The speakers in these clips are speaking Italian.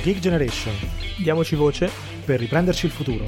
Geek Generation. Diamoci voce per riprenderci il futuro.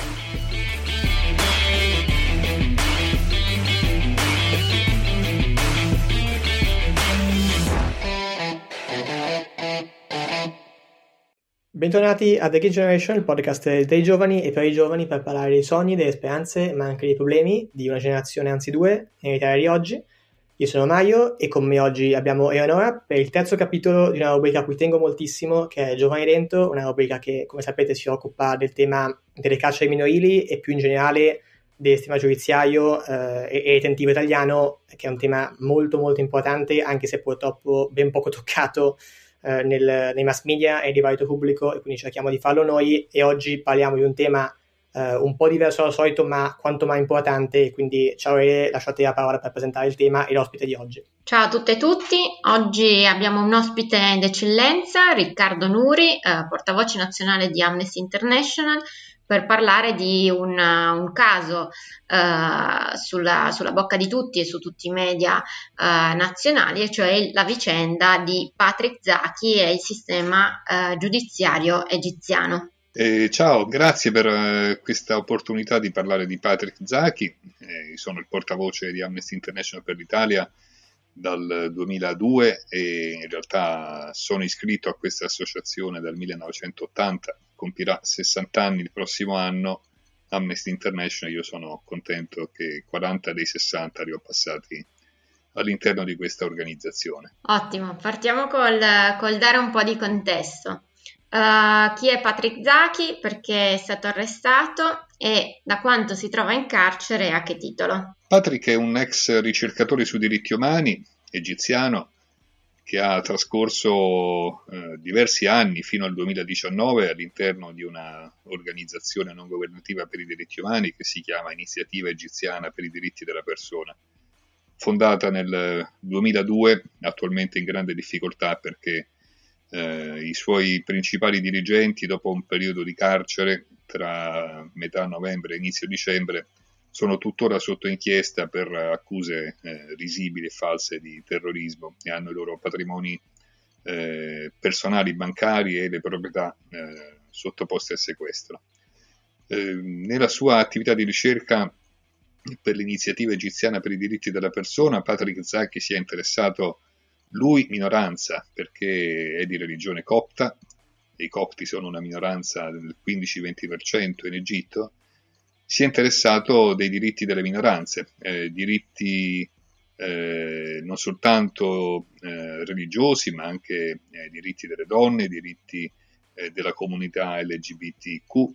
Bentornati a The Geek Generation, il podcast dei giovani e per i giovani per parlare dei sogni, delle speranze, ma anche dei problemi di una generazione, anzi due, nell'Italia di oggi. Io sono Mario e con me oggi abbiamo Eleonora per il terzo capitolo di una rubrica a cui tengo moltissimo, che è Giovani Dentro, una rubrica che, come sapete, si occupa del tema delle carceri minorili e più in generale del sistema giudiziario e detentivo italiano, che è un tema molto molto importante, anche se purtroppo ben poco toccato nei mass media e di dibattito pubblico, e quindi cerchiamo di farlo noi. E oggi parliamo di un tema un po' diverso dal solito, ma quanto mai importante, e quindi ciao Ele, lasciate la parola per presentare il tema e l'ospite di oggi. Ciao a tutte e tutti, oggi abbiamo un ospite d'eccellenza, Riccardo Nuri, portavoce nazionale di Amnesty International, per parlare di un caso sulla bocca di tutti e su tutti i media nazionali, e cioè la vicenda di Patrick Zaki e il sistema giudiziario egiziano. Ciao, grazie per questa opportunità di parlare di Patrick Zaki. Sono il portavoce di Amnesty International per l'Italia dal 2002 e in realtà sono iscritto a questa associazione dal 1980, compirà 60 anni il prossimo anno. Amnesty International, io sono contento che 40 dei 60 li ho passati all'interno di questa organizzazione. Ottimo, partiamo col dare un po' di contesto. Chi è Patrick Zaki, perché è stato arrestato e da quanto si trova in carcere e a che titolo? Patrick è un ex ricercatore sui diritti umani egiziano che ha trascorso diversi anni fino al 2019 all'interno di una organizzazione non governativa per i diritti umani che si chiama Iniziativa Egiziana per i diritti della persona, fondata nel 2002, attualmente in grande difficoltà perché i suoi principali dirigenti, dopo un periodo di carcere tra metà novembre e inizio dicembre, sono tuttora sotto inchiesta per accuse risibili e false di terrorismo e hanno i loro patrimoni personali, bancari e le proprietà sottoposte a sequestro. Nella sua attività di ricerca per l'Iniziativa Egiziana per i diritti della persona, Patrick Zaki si è interessato, lui minoranza perché è di religione copta, e i copti sono una minoranza del 15-20% in Egitto, si è interessato dei diritti delle minoranze, diritti non soltanto religiosi, ma anche diritti delle donne, diritti della comunità LGBTQ.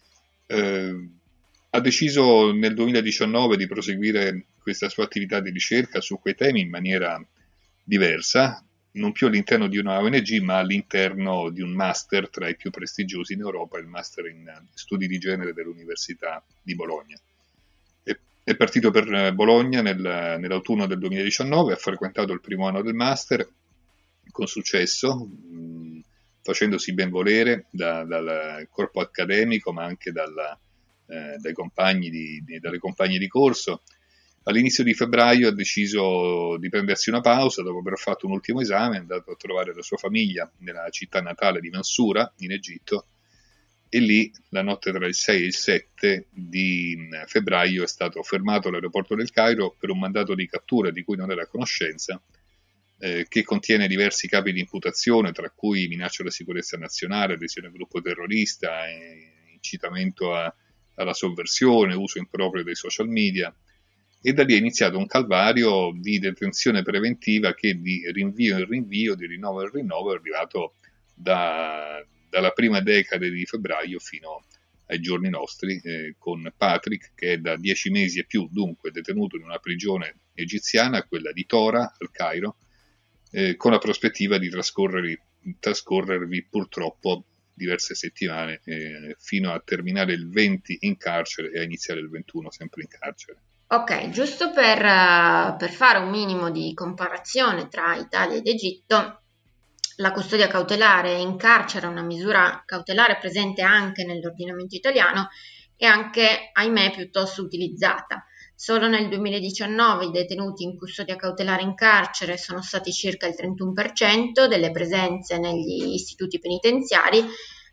Ha deciso nel 2019 di proseguire questa sua attività di ricerca su quei temi in maniera diversa, non più all'interno di una ONG, ma all'interno di un master tra i più prestigiosi in Europa, il master in studi di genere dell'Università di Bologna. È partito per Bologna nell'autunno del 2019, ha frequentato il primo anno del master con successo, facendosi ben volere dal corpo accademico, ma anche dalle compagne di corso. All'inizio di febbraio ha deciso di prendersi una pausa dopo aver fatto un ultimo esame, è andato a trovare la sua famiglia nella città natale di Mansura, in Egitto, e lì la notte tra il 6 e il 7 di febbraio è stato fermato all'aeroporto del Cairo per un mandato di cattura di cui non era a conoscenza, che contiene diversi capi di imputazione, tra cui minaccia alla sicurezza nazionale, adesione a gruppo terrorista, incitamento alla sovversione, uso improprio dei social media. E da lì è iniziato un calvario di detenzione preventiva che di rinvio in rinvio, di rinnovo in rinnovo, è arrivato dalla prima decade di febbraio fino ai giorni nostri, con Patrick che è da 10 mesi e più dunque detenuto in una prigione egiziana, quella di Tora al Cairo, con la prospettiva di trascorrervi purtroppo diverse settimane fino a terminare il 20 in carcere e a iniziare il 21 sempre in carcere. Ok, giusto per fare un minimo di comparazione tra Italia ed Egitto, la custodia cautelare in carcere è una misura cautelare presente anche nell'ordinamento italiano e anche, ahimè, piuttosto utilizzata. Solo nel 2019 i detenuti in custodia cautelare in carcere sono stati circa il 31% delle presenze negli istituti penitenziari,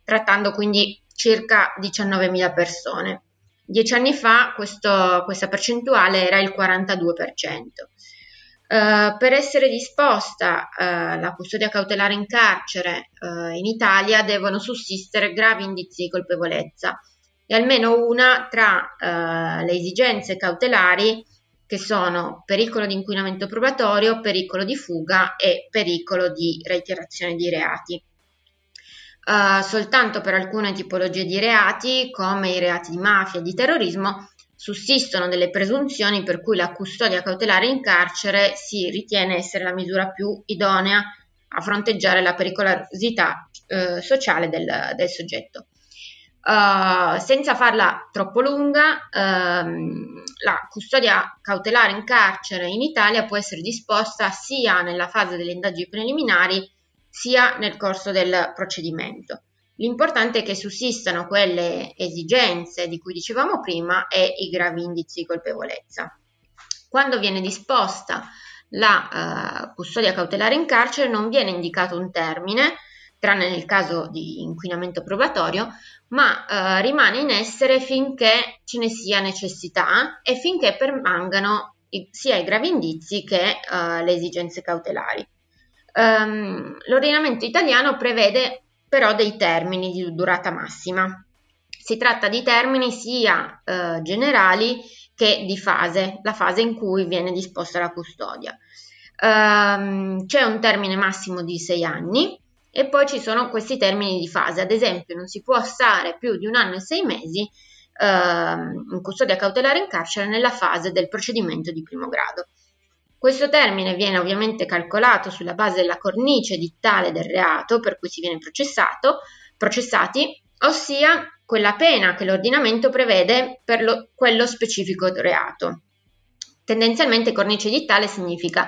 trattando quindi circa 19.000 persone. 10 anni fa questa percentuale era il 42%. Per essere disposta la custodia cautelare in carcere in Italia devono sussistere gravi indizi di colpevolezza e almeno una tra le esigenze cautelari, che sono pericolo di inquinamento probatorio, pericolo di fuga e pericolo di reiterazione di reati. Soltanto per alcune tipologie di reati, come i reati di mafia e di terrorismo, sussistono delle presunzioni per cui la custodia cautelare in carcere si ritiene essere la misura più idonea a fronteggiare la pericolosità sociale del soggetto. Senza farla troppo lunga, la custodia cautelare in carcere in Italia può essere disposta sia nella fase delle indagini preliminari sia nel corso del procedimento. L'importante è che sussistano quelle esigenze di cui dicevamo prima e i gravi indizi di colpevolezza. Quando viene disposta la custodia cautelare in carcere non viene indicato un termine, tranne nel caso di inquinamento probatorio, ma rimane in essere finché ce ne sia necessità e finché permangano sia i gravi indizi che le esigenze cautelari. L'ordinamento italiano prevede però dei termini di durata massima. Si tratta di termini sia generali che di fase, la fase in cui viene disposta la custodia. C'è un termine massimo di 6 anni e poi ci sono questi termini di fase. Ad esempio, non si può stare più di 1 anno e 6 mesi in custodia cautelare in carcere nella fase del procedimento di primo grado. Questo termine viene ovviamente calcolato sulla base della cornice edittale del reato per cui si viene processati, ossia quella pena che l'ordinamento prevede per quello specifico reato. Tendenzialmente cornice edittale significa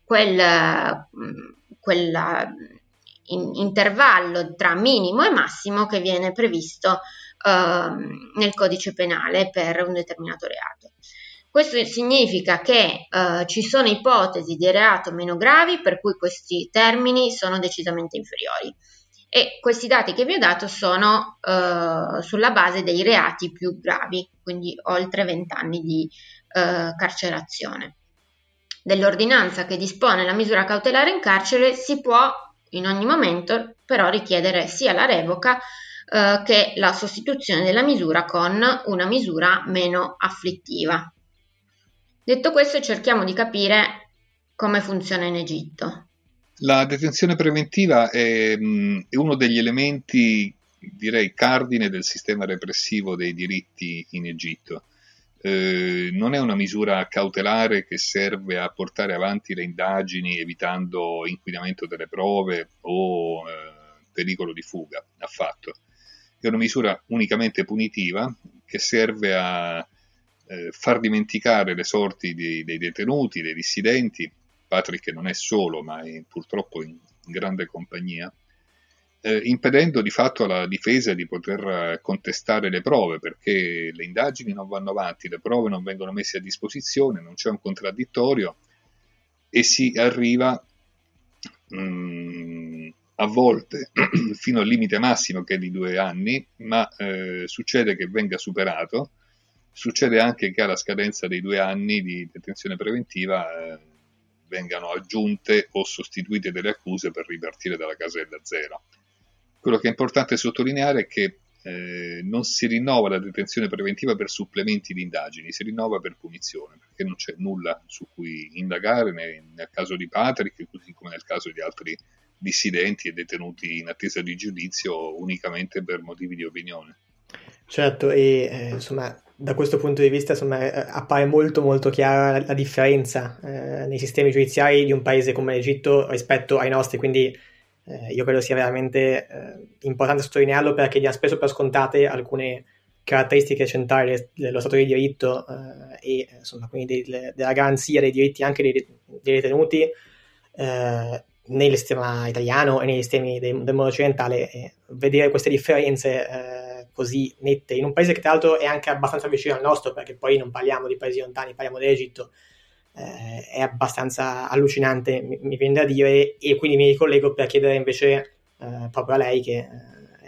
intervallo tra minimo e massimo che viene previsto nel codice penale per un determinato reato. Questo significa che ci sono ipotesi di reato meno gravi per cui questi termini sono decisamente inferiori e questi dati che vi ho dato sono sulla base dei reati più gravi, quindi oltre 20 anni di carcerazione. Dell'ordinanza che dispone la misura cautelare in carcere si può in ogni momento però richiedere sia la revoca che la sostituzione della misura con una misura meno afflittiva. Detto questo, cerchiamo di capire come funziona in Egitto. La detenzione preventiva è uno degli elementi, direi, cardine del sistema repressivo dei diritti in Egitto. Non è una misura cautelare che serve a portare avanti le indagini evitando inquinamento delle prove o pericolo di fuga, affatto. È una misura unicamente punitiva che serve a far dimenticare le sorti dei detenuti, dei dissidenti. Patrick non è solo, ma è purtroppo in grande compagnia, impedendo di fatto alla difesa di poter contestare le prove, perché le indagini non vanno avanti, le prove non vengono messe a disposizione, non c'è un contraddittorio e si arriva a volte fino al limite massimo che è di 2 anni, ma succede che venga superato. Succede anche che alla scadenza dei 2 anni di detenzione preventiva vengano aggiunte o sostituite delle accuse per ripartire dalla casella zero. Quello che è importante sottolineare è che non si rinnova la detenzione preventiva per supplementi di indagini, si rinnova per punizione, perché non c'è nulla su cui indagare nel caso di Patrick, così come nel caso di altri dissidenti e detenuti in attesa di giudizio unicamente per motivi di opinione. Certo, e insomma, da questo punto di vista appare molto molto chiara la differenza nei sistemi giudiziari di un paese come l'Egitto rispetto ai nostri, quindi io credo sia veramente importante sottolinearlo perché diamo spesso per scontate alcune caratteristiche centrali dello Stato di diritto e insomma quindi della garanzia dei diritti anche dei detenuti nel sistema italiano e nei sistemi del mondo occidentale. Vedere queste differenze così nette in un paese che tra l'altro è anche abbastanza vicino al nostro, perché poi non parliamo di paesi lontani, parliamo dell'Egitto, è abbastanza allucinante, mi viene da dire, e quindi mi ricollego per chiedere invece proprio a lei, che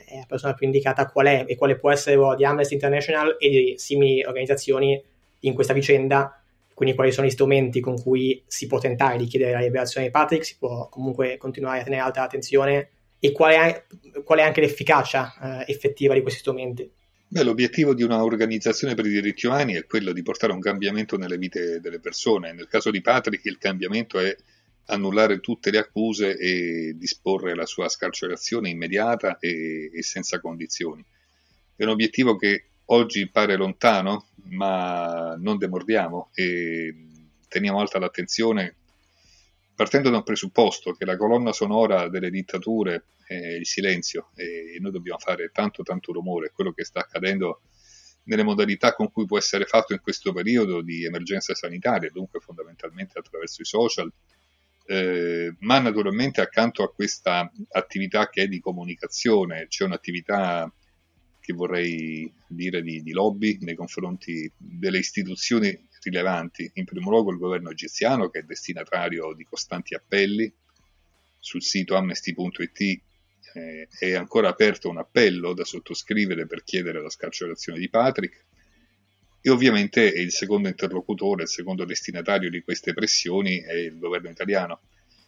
è la persona più indicata qual è e quale può essere il ruolo di Amnesty International e di simili organizzazioni in questa vicenda, quindi quali sono gli strumenti con cui si può tentare di chiedere la liberazione di Patrick, si può comunque continuare a tenere alta l'attenzione, e qual è anche l'efficacia effettiva di questi strumenti. Beh, l'obiettivo di un'organizzazione per i diritti umani è quello di portare un cambiamento nelle vite delle persone. Nel caso di Patrick il cambiamento è annullare tutte le accuse e disporre la sua scarcerazione immediata e senza condizioni. È un obiettivo che oggi pare lontano, ma non demordiamo e teniamo alta l'attenzione partendo da un presupposto che la colonna sonora delle dittature è il silenzio, e noi dobbiamo fare tanto rumore. Quello che sta accadendo nelle modalità con cui può essere fatto in questo periodo di emergenza sanitaria, dunque fondamentalmente attraverso i social, ma naturalmente accanto a questa attività che è di comunicazione c'è un'attività che vorrei dire di lobby nei confronti delle istituzioni rilevanti, in primo luogo il governo egiziano, che è destinatario di costanti appelli. Sul sito amnesty.it è ancora aperto un appello da sottoscrivere per chiedere la scarcerazione di Patrick, e ovviamente il secondo interlocutore, il secondo destinatario di queste pressioni è il governo italiano.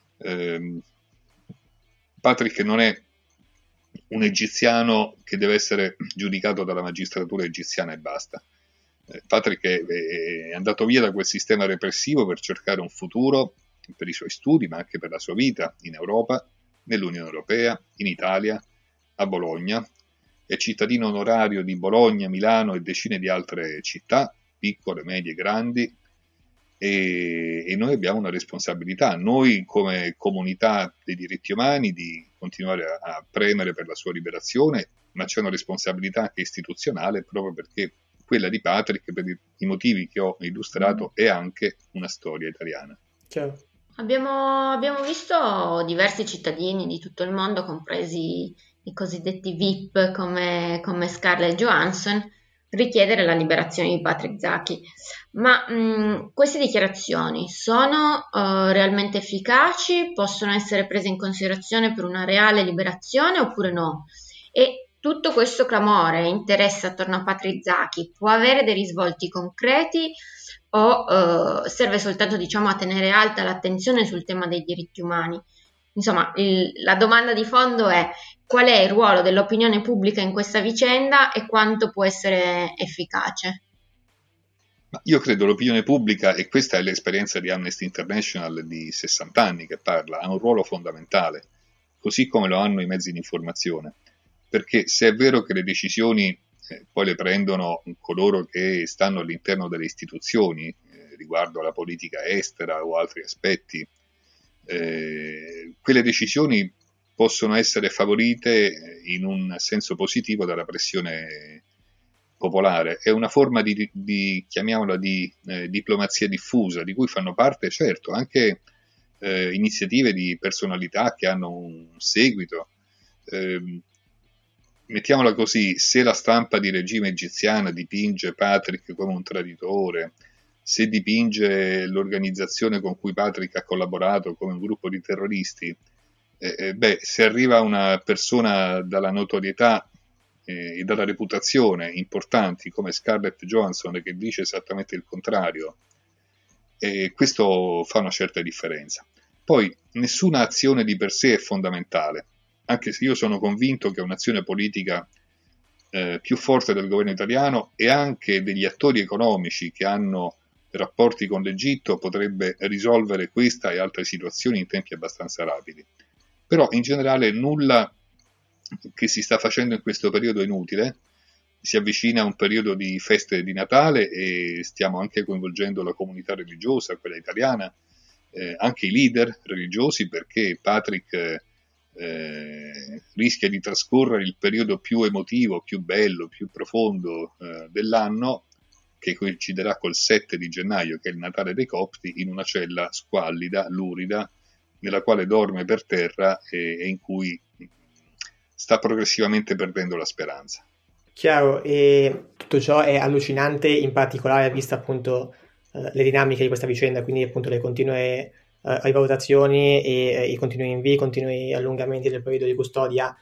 Patrick non è un egiziano che deve essere giudicato dalla magistratura egiziana e basta. Patrick è andato via da quel sistema repressivo per cercare un futuro per i suoi studi, ma anche per la sua vita in Europa, nell'Unione Europea, in Italia, a Bologna. È cittadino onorario di Bologna, Milano e decine di altre città, piccole, medie, grandi, e noi abbiamo una responsabilità, noi come comunità dei diritti umani, di continuare a premere per la sua liberazione, ma c'è una responsabilità anche istituzionale, proprio perché quella di Patrick, per i motivi che ho illustrato, è anche una storia italiana. Ciao. Abbiamo visto diversi cittadini di tutto il mondo, compresi i cosiddetti VIP come Scarlett Johansson, richiedere la liberazione di Patrick Zaki. Ma queste dichiarazioni sono realmente efficaci? Possono essere prese in considerazione per una reale liberazione oppure no? E tutto questo clamore e interesse attorno a Patrick Zaki può avere dei risvolti concreti o serve soltanto, a tenere alta l'attenzione sul tema dei diritti umani? Insomma, la domanda di fondo è: qual è il ruolo dell'opinione pubblica in questa vicenda e quanto può essere efficace? Ma io credo l'opinione pubblica, e questa è l'esperienza di Amnesty International di 60 anni che parla, ha un ruolo fondamentale, così come lo hanno i mezzi di informazione, perché se è vero che le decisioni poi le prendono coloro che stanno all'interno delle istituzioni riguardo alla politica estera o altri aspetti, quelle decisioni possono essere favorite in un senso positivo dalla pressione popolare. È una forma chiamiamola di diplomazia diffusa, di cui fanno parte certo anche iniziative di personalità che hanno un seguito. Mettiamola così: se la stampa di regime egiziana dipinge Patrick come un traditore, se dipinge l'organizzazione con cui Patrick ha collaborato come un gruppo di terroristi, se arriva una persona dalla notorietà e dalla reputazione importanti come Scarlett Johansson che dice esattamente il contrario, questo fa una certa differenza. Poi nessuna azione di per sé è fondamentale, anche se io sono convinto che un'azione politica più forte del governo italiano e anche degli attori economici che hanno rapporti con l'Egitto potrebbe risolvere questa e altre situazioni in tempi abbastanza rapidi. Però in generale nulla che si sta facendo in questo periodo è inutile. Si avvicina un periodo di feste di Natale e stiamo anche coinvolgendo la comunità religiosa, quella italiana, anche i leader religiosi, perché Patrick rischia di trascorrere il periodo più emotivo, più bello, più profondo dell'anno, che coinciderà col 7 di gennaio, che è il Natale dei Copti, in una cella squallida, lurida, nella quale dorme per terra e in cui sta progressivamente perdendo la speranza. Chiaro, e tutto ciò è allucinante, in particolare vista appunto le dinamiche di questa vicenda, quindi appunto le continue rivalutazioni e i continui invii, i continui allungamenti del periodo di custodia.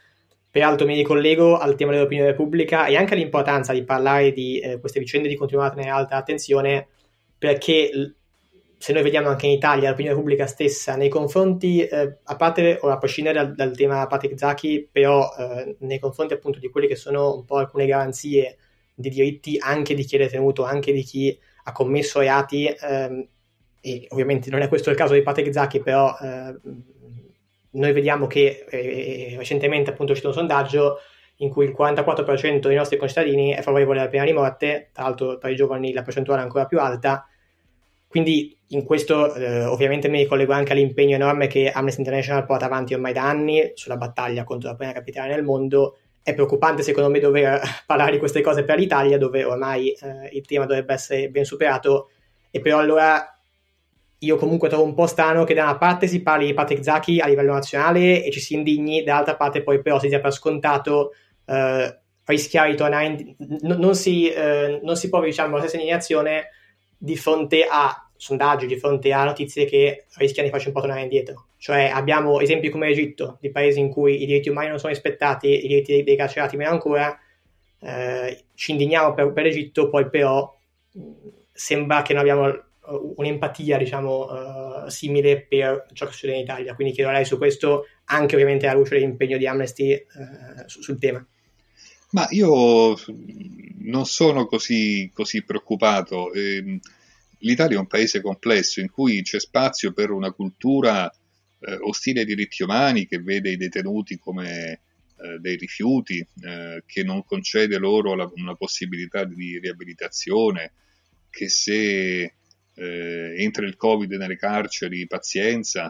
Peraltro mi ricollego al tema dell'opinione pubblica e anche all'importanza di parlare di queste vicende, di continuare a tenere alta attenzione, perché se noi vediamo anche in Italia l'opinione pubblica stessa nei confronti, a parte o a prescindere dal tema Patrick Zaki, però nei confronti appunto di quelle che sono un po' alcune garanzie di diritti anche di chi è detenuto, anche di chi ha commesso reati, e ovviamente non è questo il caso di Patrick Zaki, però noi vediamo che recentemente appunto c'è un sondaggio in cui il 44% dei nostri concittadini è favorevole alla pena di morte, tra l'altro tra i giovani la percentuale è ancora più alta. Quindi in questo ovviamente mi ricollego anche all'impegno enorme che Amnesty International porta avanti ormai da anni sulla battaglia contro la pena capitale nel mondo. È preoccupante secondo me dover parlare di queste cose per l'Italia, dove ormai il tema dovrebbe essere ben superato, e però allora io comunque trovo un po' strano che da una parte si parli di Patrick Zaki a livello nazionale e ci si indigni, dall'altra parte poi però si dia per scontato rischiare di tornare non si può, diciamo, la stessa indignazione di fronte a sondaggi, di fronte a notizie che rischiano di farci un po' tornare indietro. Cioè abbiamo esempi come l'Egitto, di paesi in cui i diritti umani non sono rispettati, i diritti dei carcerati meno ancora, ci indigniamo per l'Egitto, poi però sembra che non abbiamo un'empatia, diciamo, simile per ciò che succede in Italia. Quindi chiedo a lei su questo, anche ovviamente alla luce dell'impegno di Amnesty sul tema. Ma io non sono così preoccupato. L'Italia è un paese complesso in cui c'è spazio per una cultura ostile ai diritti umani, che vede i detenuti come dei rifiuti, che non concede loro una possibilità di riabilitazione, che se entra il Covid nelle carceri, pazienza,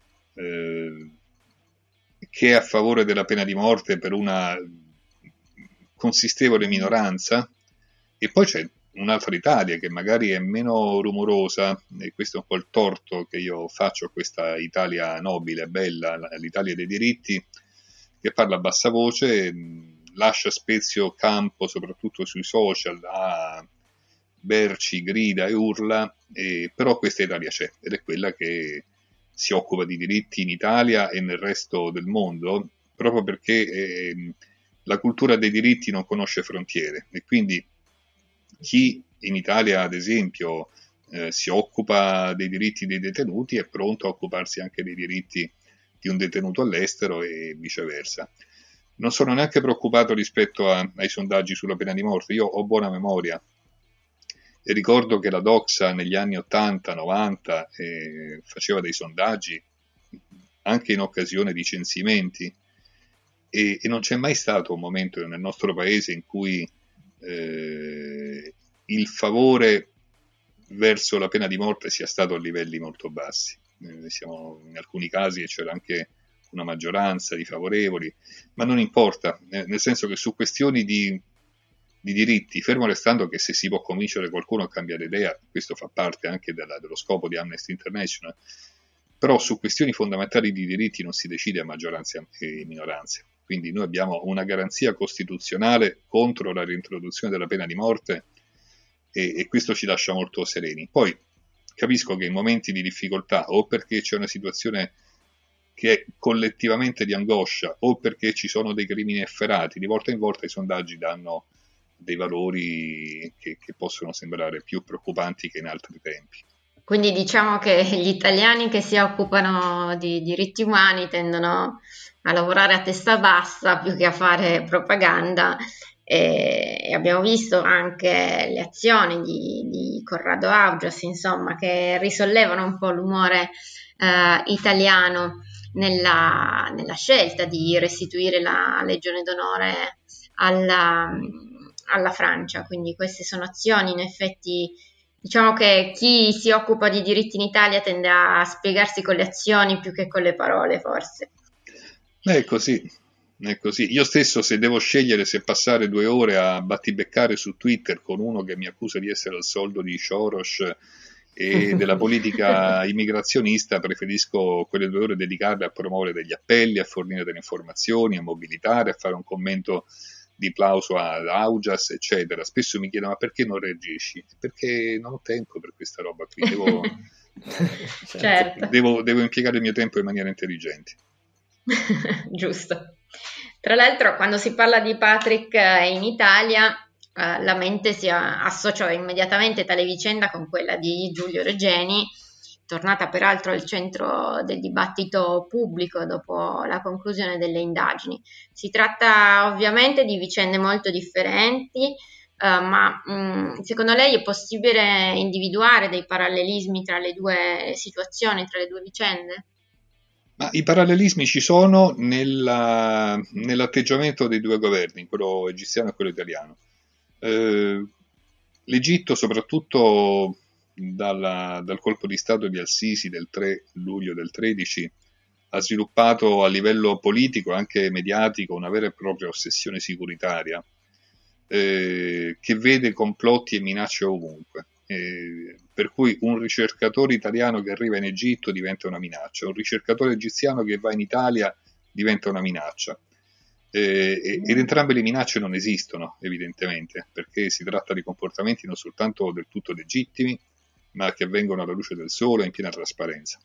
che è a favore della pena di morte per una consistevole minoranza. E poi c'è un'altra Italia che magari è meno rumorosa, e questo è un po' il torto che io faccio a questa Italia nobile, bella, l'Italia dei diritti, che parla a bassa voce, lascia spazio campo soprattutto sui social a berci, grida e urla, però questa Italia c'è, ed è quella che si occupa di diritti in Italia e nel resto del mondo, proprio perché la cultura dei diritti non conosce frontiere, e quindi chi in Italia, ad esempio, si occupa dei diritti dei detenuti è pronto a occuparsi anche dei diritti di un detenuto all'estero e viceversa. Non sono neanche preoccupato rispetto ai sondaggi sulla pena di morte. Io ho buona memoria e ricordo che la Doxa negli anni 80-90 faceva dei sondaggi anche in occasione di censimenti, e non c'è mai stato un momento nel nostro paese in cui il favore verso la pena di morte sia stato a livelli molto bassi. Siamo in alcuni casi, e c'era anche una maggioranza di favorevoli, ma non importa, nel senso che su questioni di diritti, fermo restando che se si può convincere qualcuno a cambiare idea, questo fa parte anche dello scopo di Amnesty International, però su questioni fondamentali di diritti non si decide a maggioranza e minoranza. Quindi noi abbiamo una garanzia costituzionale contro la reintroduzione della pena di morte, e questo ci lascia molto sereni. Poi capisco che in momenti di difficoltà, o perché c'è una situazione che è collettivamente di angoscia, o perché ci sono dei crimini efferati, di volta in volta i sondaggi danno dei valori che possono sembrare più preoccupanti che in altri tempi. Quindi diciamo che gli italiani che si occupano di diritti umani tendono a lavorare a testa bassa più che a fare propaganda, e abbiamo visto anche le azioni di Corrado Augias, insomma, che risollevano un po' l'umore italiano nella scelta di restituire la Legione d'Onore alla Francia. Quindi queste sono azioni, in effetti. Diciamo che chi si occupa di diritti in Italia tende a spiegarsi con le azioni più che con le parole, forse. È così. Io stesso, se devo scegliere se passare 2 ore a battibeccare su Twitter con uno che mi accusa di essere al soldo di Soros e della politica immigrazionista, preferisco quelle 2 ore dedicarle a promuovere degli appelli, a fornire delle informazioni, a mobilitare, a fare un commento di plauso ad Augias, eccetera. Spesso mi chiedono: ma perché non reagisci? Perché non ho tempo per questa roba qui, certo. devo impiegare il mio tempo in maniera intelligente. Giusto. Tra l'altro, quando si parla di Patrick in Italia, la mente si associa immediatamente tale vicenda con quella di Giulio Regeni, tornata peraltro al centro del dibattito pubblico dopo la conclusione delle indagini. Si tratta ovviamente di vicende molto differenti, ma secondo lei è possibile individuare dei parallelismi tra le due situazioni, tra le due vicende? Ma i parallelismi ci sono nell'atteggiamento dei due governi, quello egiziano e quello italiano. L'Egitto, soprattutto dal colpo di Stato di Al-Sisi del 3 luglio del 13, ha sviluppato a livello politico e anche mediatico una vera e propria ossessione sicuritaria, che vede complotti e minacce ovunque. Per cui un ricercatore italiano che arriva in Egitto diventa una minaccia, un ricercatore egiziano che va in Italia diventa una minaccia. Ed entrambe le minacce non esistono, evidentemente, perché si tratta di comportamenti non soltanto del tutto legittimi, ma che avvengono alla luce del sole in piena trasparenza.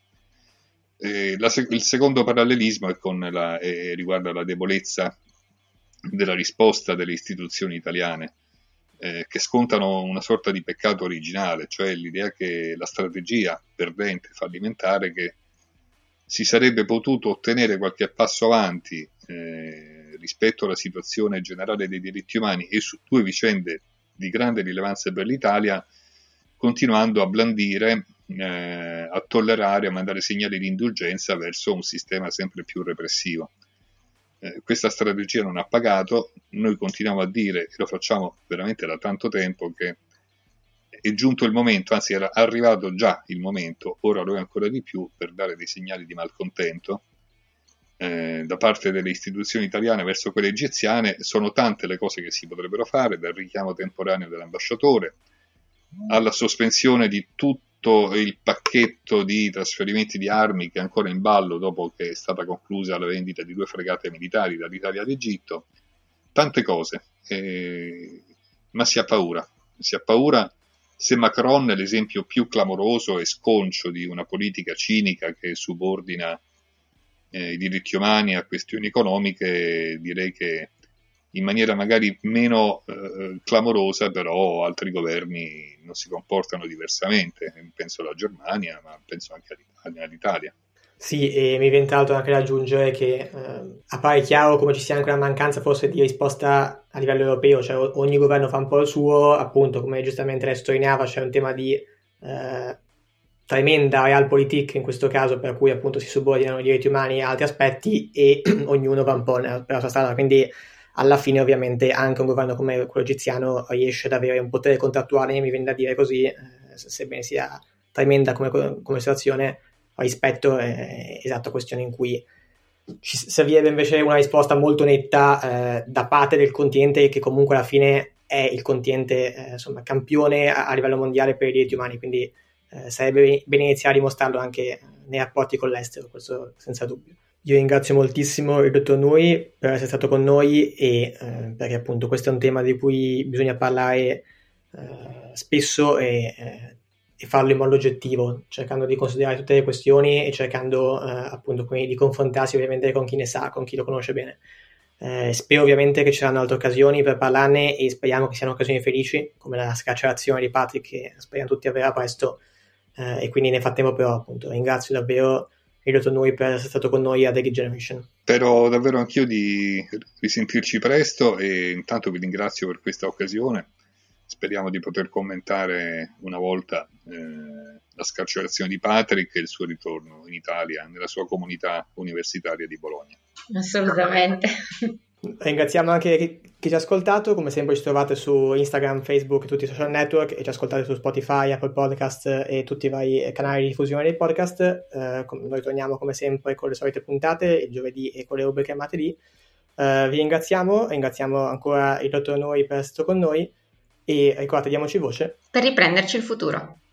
Il secondo parallelismo è riguarda la debolezza della risposta delle istituzioni italiane, che scontano una sorta di peccato originale, cioè l'idea che la strategia perdente, fallimentare, che si sarebbe potuto ottenere qualche passo avanti rispetto alla situazione generale dei diritti umani e su due vicende di grande rilevanza per l'Italia, continuando a blandire, a tollerare, a mandare segnali di indulgenza verso un sistema sempre più repressivo. Questa strategia non ha pagato. Noi continuiamo a dire, e lo facciamo veramente da tanto tempo, che è giunto il momento, anzi era arrivato già il momento, ora lo è ancora di più, per dare dei segnali di malcontento da parte delle istituzioni italiane verso quelle egiziane. Sono tante le cose che si potrebbero fare, dal richiamo temporaneo dell'ambasciatore alla sospensione di tutto il pacchetto di trasferimenti di armi che è ancora in ballo dopo che è stata conclusa la vendita di 2 fregate militari dall'Italia ad Egitto. Tante cose, ma si ha paura. Se Macron è l'esempio più clamoroso e sconcio di una politica cinica che subordina i diritti umani a questioni economiche, direi che in maniera magari meno clamorosa, però altri governi non si comportano diversamente. Penso alla Germania, ma penso anche all'Italia. Sì, e mi viene tra l'altro anche da aggiungere che appare chiaro come ci sia anche una mancanza forse di risposta a livello europeo, cioè ogni governo fa un po' il suo, appunto, come giustamente lei sottolineava, c'è un tema di tremenda realpolitik in questo caso, per cui appunto si subordinano i diritti umani a altri aspetti e ognuno va un po' per la sua strada, quindi alla fine ovviamente anche un governo come quello egiziano riesce ad avere un potere contrattuale, mi viene da dire così, sebbene sia tremenda come situazione, rispetto esatto a questioni in cui ci servirebbe invece una risposta molto netta da parte del continente, che comunque alla fine è il continente insomma campione a livello mondiale per i diritti umani, quindi sarebbe bene iniziare a dimostrarlo anche nei rapporti con l'estero, questo senza dubbio. Io ringrazio moltissimo il dottor Nuri per essere stato con noi e perché appunto questo è un tema di cui bisogna parlare spesso e farlo in modo oggettivo, cercando di considerare tutte le questioni e cercando appunto di confrontarsi ovviamente con chi ne sa, con chi lo conosce bene. Spero ovviamente che ci saranno altre occasioni per parlarne e speriamo che siano occasioni felici, come la scarcerazione di Patrick, che speriamo tutti avverrà presto, e quindi nel frattempo però appunto ringrazio davvero il dottor Nuri per essere stato con noi a The Geek Generation. Spero davvero anch'io di risentirci presto e intanto vi ringrazio per questa occasione. Speriamo di poter commentare una volta la scarcerazione di Patrick e il suo ritorno in Italia, nella sua comunità universitaria di Bologna. Assolutamente. Ringraziamo anche chi ci ha ascoltato, come sempre ci trovate su Instagram, Facebook, tutti i social network e ci ascoltate su Spotify, Apple Podcast e tutti i vari canali di diffusione dei podcast. Noi torniamo come sempre con le solite puntate, il giovedì e con le rubriche martedì. Vi ringraziamo ancora il dottor Nuri per essere stato con noi e ricordate, diamoci voce per riprenderci il futuro.